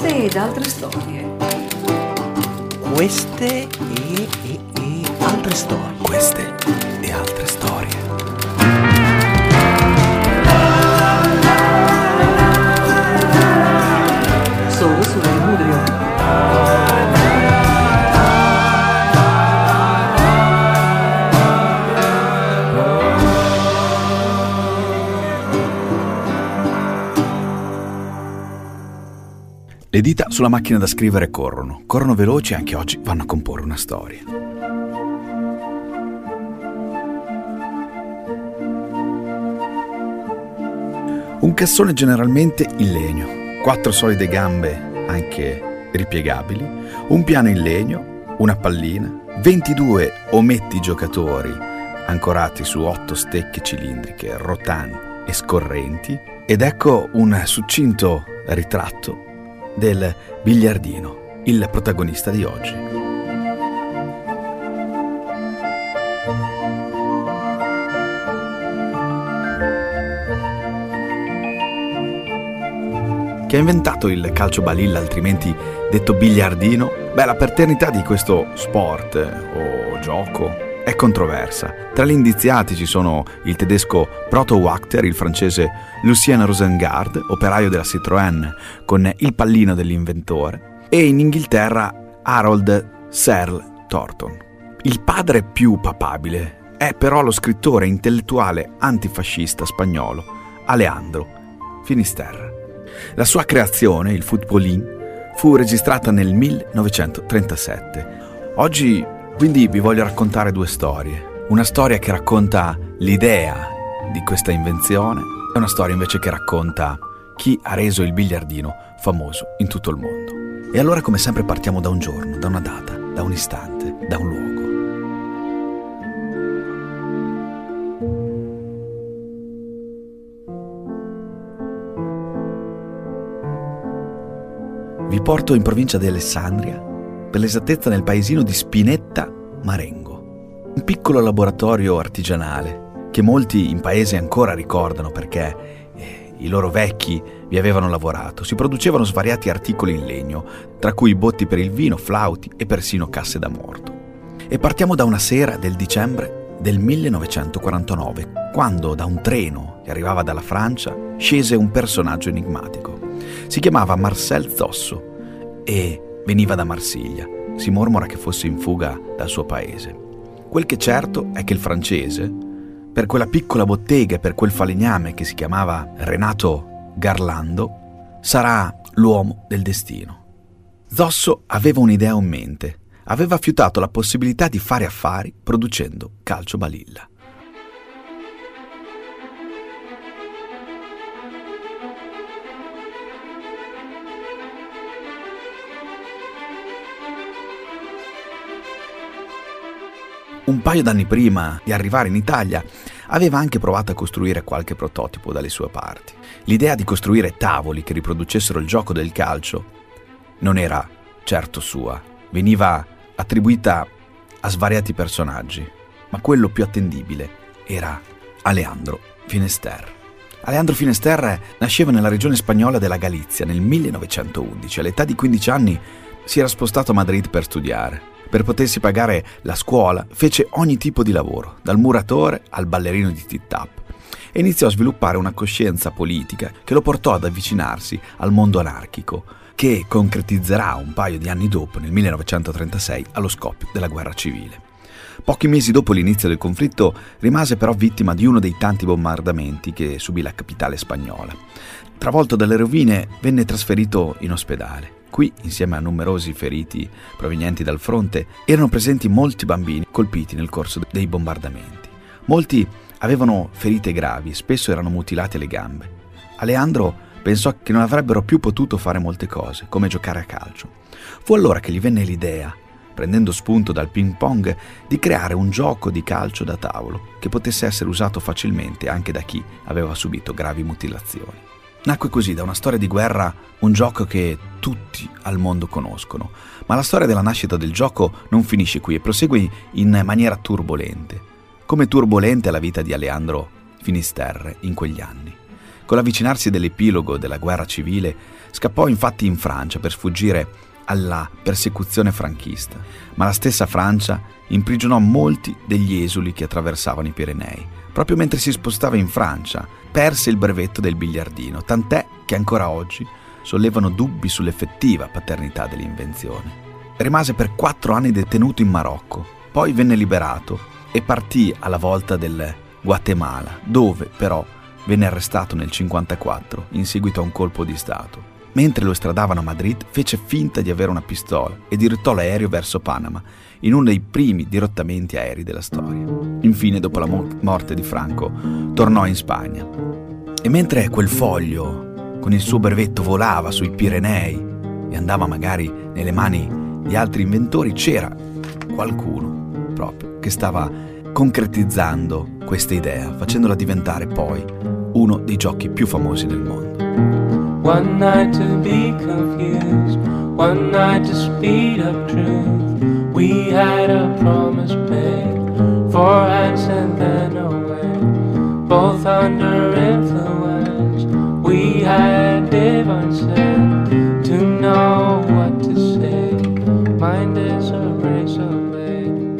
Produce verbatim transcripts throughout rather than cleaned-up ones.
Queste ed altre storie. Queste e, e, e altre storie. Queste e altre storie. Solo su Emudio. Le dita sulla macchina da scrivere corrono, corrono veloci e anche oggi vanno a comporre una storia. Un cassone generalmente in legno, quattro solide gambe anche ripiegabili, un piano in legno, una pallina, ventidue ometti giocatori ancorati su otto stecche cilindriche rotanti e scorrenti, ed ecco un succinto ritratto del biliardino, il protagonista di oggi. Chi ha inventato il calcio balilla, altrimenti detto biliardino? Beh, la paternità di questo sport o gioco è controversa. Tra gli indiziati ci sono il tedesco Proto Wachter, il francese Lucien Rosengard, operaio della Citroën con il pallino dell'inventore, e in Inghilterra Harold Searle Thornton. Il padre più papabile è però lo scrittore intellettuale antifascista spagnolo Alejandro Finisterre. La sua creazione, il footballin, fu registrata nel millenovecentotrentasette. Oggi quindi vi voglio raccontare due storie. Una storia che racconta l'idea di questa invenzione e una storia invece che racconta chi ha reso il biliardino famoso in tutto il mondo. E allora, come sempre, partiamo da un giorno, da una data, da un istante, da un luogo. Vi porto in provincia di Alessandria, per l'esattezza nel paesino di Spinetta Marengo, un piccolo laboratorio artigianale che molti in paese ancora ricordano perché eh, i loro vecchi vi avevano lavorato. Si producevano svariati articoli in legno, tra cui botti per il vino, flauti e persino casse da morto. E partiamo da una sera del dicembre del millenovecentoquarantanove, quando da un treno che arrivava dalla Francia scese un personaggio enigmatico. Si chiamava Marcel Zosso e veniva da Marsiglia. Si mormora che fosse in fuga dal suo paese. Quel che è certo è che il francese, per quella piccola bottega e per quel falegname che si chiamava Renato Garlando, sarà l'uomo del destino. Zosso aveva un'idea in mente. Aveva fiutato la possibilità di fare affari producendo calcio balilla. Un paio d'anni prima di arrivare in Italia aveva anche provato a costruire qualche prototipo dalle sue parti. L'idea di costruire tavoli che riproducessero il gioco del calcio non era certo sua, veniva attribuita a svariati personaggi, ma quello più attendibile era Alejandro Finisterre. Alejandro Finisterre nasceva nella regione spagnola della Galizia nel millenovecentoundici. All'età di quindici anni si era spostato a Madrid per studiare. Per potersi pagare la scuola, fece ogni tipo di lavoro, dal muratore al ballerino di tit-tap, e iniziò a sviluppare una coscienza politica che lo portò ad avvicinarsi al mondo anarchico, che concretizzerà un paio di anni dopo, nel millenovecentotrentasei, allo scoppio della guerra civile. Pochi mesi dopo l'inizio del conflitto rimase però vittima di uno dei tanti bombardamenti che subì la capitale spagnola. Travolto dalle rovine, venne trasferito in ospedale. Qui, insieme a numerosi feriti provenienti dal fronte, erano presenti molti bambini colpiti nel corso dei bombardamenti. Molti avevano ferite gravi e spesso erano mutilati alle gambe. Alejandro pensò che non avrebbero più potuto fare molte cose, come giocare a calcio. Fu allora che gli venne l'idea, prendendo spunto dal ping pong, di creare un gioco di calcio da tavolo che potesse essere usato facilmente anche da chi aveva subito gravi mutilazioni. Nacque così da una storia di guerra un gioco che tutti al mondo conoscono, ma la storia della nascita del gioco non finisce qui e prosegue in maniera turbolente, come turbolente è la vita di Alejandro Finisterre in quegli anni. Con l'avvicinarsi dell'epilogo della guerra civile, scappò infatti in Francia per sfuggire alla persecuzione franchista, ma la stessa Francia imprigionò molti degli esuli che attraversavano i Pirenei. Proprio mentre si spostava in Francia, perse il brevetto del biliardino, tant'è che ancora oggi sollevano dubbi sull'effettiva paternità dell'invenzione. Rimase per quattro anni detenuto in Marocco, poi venne liberato e partì alla volta del Guatemala, dove però venne arrestato nel cinquantaquattro in seguito a un colpo di stato. Mentre lo estradavano a Madrid, fece finta di avere una pistola e dirottò l'aereo verso Panama, in uno dei primi dirottamenti aerei della storia. Infine, dopo la mo- morte di Franco, tornò in Spagna. E mentre quel foglio con il suo brevetto volava sui Pirenei e andava magari nelle mani di altri inventori, c'era qualcuno proprio che stava concretizzando questa idea, facendola diventare poi uno dei giochi più famosi del mondo. One night to be confused, one night to speed up truth. We had a promise made, four hands and then away, both under influence. We had divine sense to know what to say. Mind is a razor blade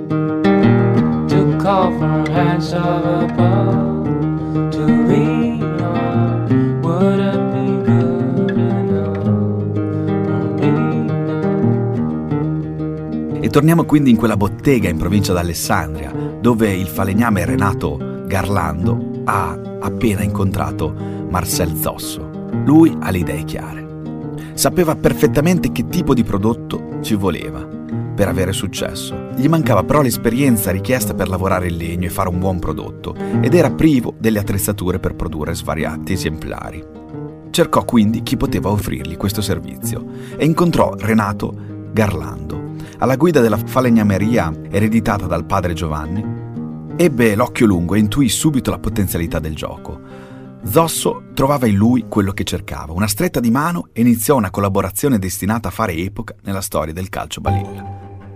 to call for hands of above, to lean on. Would it be good enough for me now? E torniamo quindi in quella bottega in provincia d'Alessandria, dove il falegname Renato Garlando ha appena incontrato Marcel Zosso. Lui ha le idee chiare. Sapeva perfettamente che tipo di prodotto ci voleva per avere successo. Gli mancava però l'esperienza richiesta per lavorare il legno e fare un buon prodotto, ed era privo delle attrezzature per produrre svariati esemplari. Cercò quindi chi poteva offrirgli questo servizio e incontrò Renato Garlando. Alla guida della falegnameria ereditata dal padre Giovanni, ebbe l'occhio lungo e intuì subito la potenzialità del gioco. Zosso trovava in lui quello che cercava, una stretta di mano, e iniziò una collaborazione destinata a fare epoca nella storia del calcio balilla.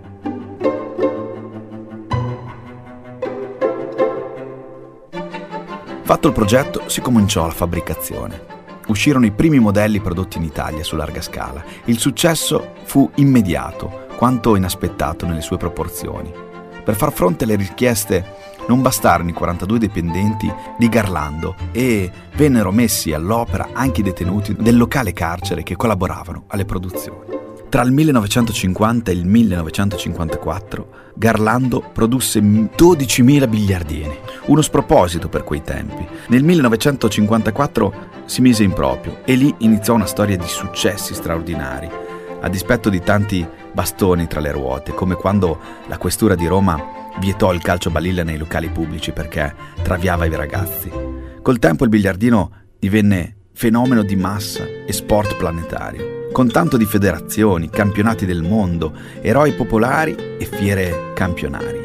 Fatto il progetto, si cominciò la fabbricazione. Uscirono i primi modelli prodotti in Italia su larga scala. Il successo fu immediato, quanto inaspettato nelle sue proporzioni. Per far fronte alle richieste non bastarono i quarantadue dipendenti di Garlando e vennero messi all'opera anche i detenuti del locale carcere che collaboravano alle produzioni. Tra il millenovecentocinquanta e il millenovecentocinquantaquattro Garlando produsse dodicimila biliardini, uno sproposito per quei tempi. Nel millenovecentocinquantaquattro si mise in proprio e lì iniziò una storia di successi straordinari, a dispetto di tanti bastoni tra le ruote, come quando la questura di Roma vietò il calcio balilla nei locali pubblici perché traviava i ragazzi. Col tempo il biliardino divenne fenomeno di massa e sport planetario, con tanto di federazioni, campionati del mondo, eroi popolari e fiere campionarie.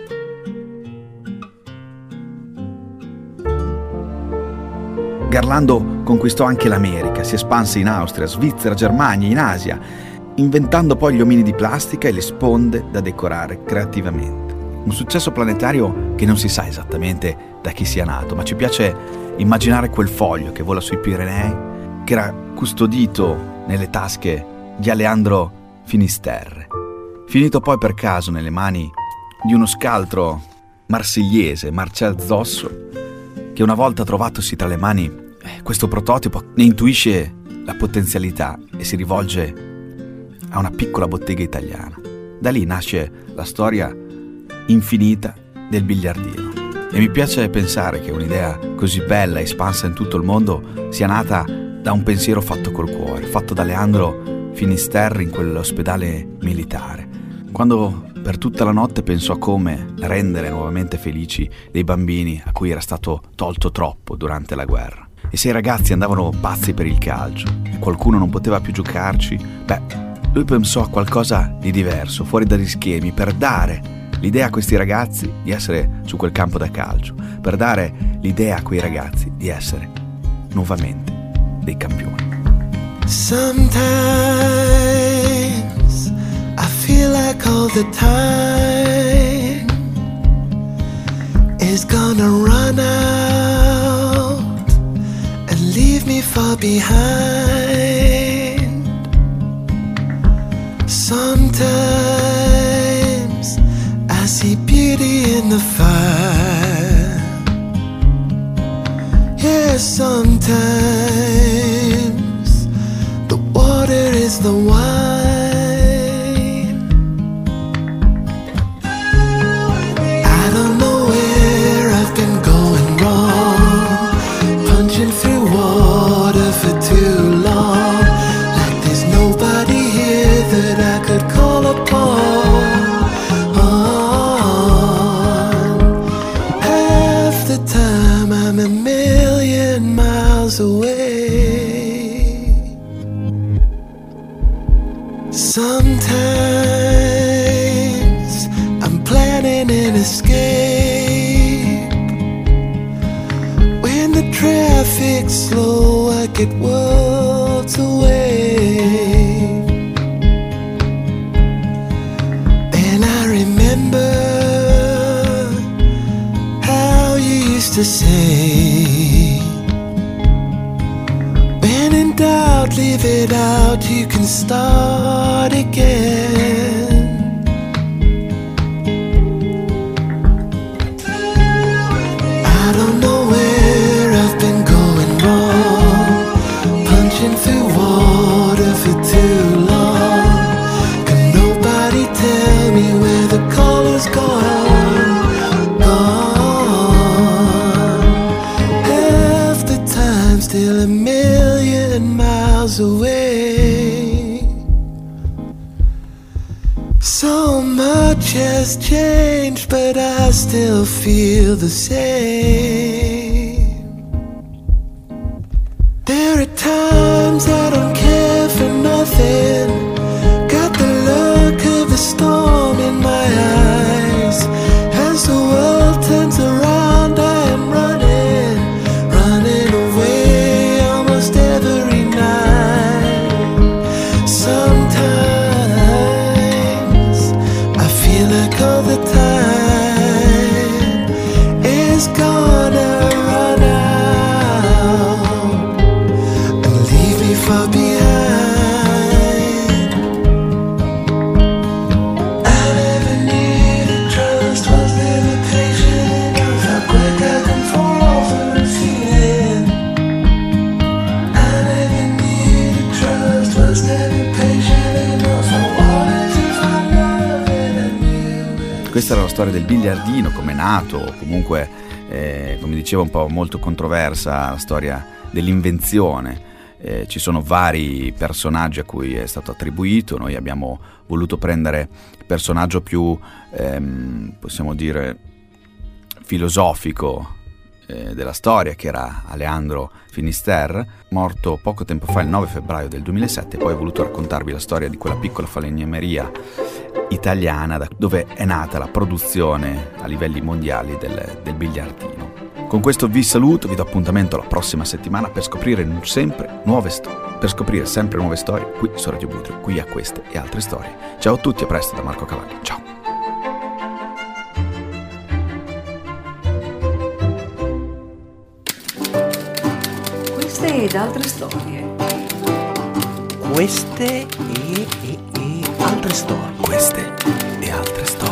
Garlando conquistò anche l'America, si espanse in Austria, Svizzera, Germania, in Asia, inventando poi gli omini di plastica e le sponde da decorare creativamente. Un successo planetario che non si sa esattamente da chi sia nato, ma ci piace immaginare quel foglio che vola sui Pirenei, che era custodito nelle tasche di Aleandro Finisterre, finito poi per caso nelle mani di uno scaltro marsigliese, Marcel Zosso, che una volta trovatosi tra le mani eh, questo prototipo ne intuisce la potenzialità e si rivolge a una piccola bottega italiana. Da lì nasce la storia infinita del biliardino. E mi piace pensare che un'idea così bella e espansa in tutto il mondo sia nata da un pensiero fatto col cuore, fatto da Aleandro Finisterre in quell'ospedale militare, quando per tutta la notte pensò a come rendere nuovamente felici dei bambini a cui era stato tolto troppo durante la guerra. E se i ragazzi andavano pazzi per il calcio e qualcuno non poteva più giocarci, beh, lui pensò a qualcosa di diverso, fuori dagli schemi, per dare l'idea a questi ragazzi di essere su quel campo da calcio, per dare l'idea a quei ragazzi di essere nuovamente dei campioni. Sometimes I feel like all the time is gonna run out far behind. Sometimes I see beauty in the fire. Yeah, sometimes the water is the wine. I don't know where I've been going wrong, punching through water for too long, like there's nobody here that I could call upon. On. Half the time I'm a million miles away. Sometimes I'm planning an escape. When the traffic's slow, I get worlds away. And I remember how you used to say, when in doubt, leave it out, you can start again. I don't know where I've been going wrong, punching through water for too long. Can nobody tell me where the color's gone? Gone. Half the time, still a million miles away. So much has changed, but I still feel the same. There are times I don't care for nothing, got the look of the storm in my eyes. As the world turns around, I am running, running away almost every night. Sometimes I feel like all the time is gonna run out and leave me far behind. I never knew that trust was never patient enough, how quick I can fall for a feeling. I never knew that trust was never patient enough, I wanted to find love and I knew. Questa era la storia del biliardino, come è nato, o comunque, eh, come dicevo, un po' molto controversa, la storia dell'invenzione. Eh, ci sono vari personaggi a cui è stato attribuito. Noi abbiamo voluto prendere il personaggio più, ehm, possiamo dire, filosofico eh, della storia, che era Alejandro Finisterre, morto poco tempo fa, il nove febbraio del duemilasette. Poi ho voluto raccontarvi la storia di quella piccola falegnameria italiana da dove è nata la produzione a livelli mondiali del, del biliardino. Con questo vi saluto, vi do appuntamento la prossima settimana per scoprire sempre nuove storie, per scoprire sempre nuove storie qui su Radio Budrio, qui a queste e altre storie. Ciao a tutti, a presto da Marco Cavalli. Ciao. Queste ed altre storie. Queste e, e, e altre storie. Queste e altre storie.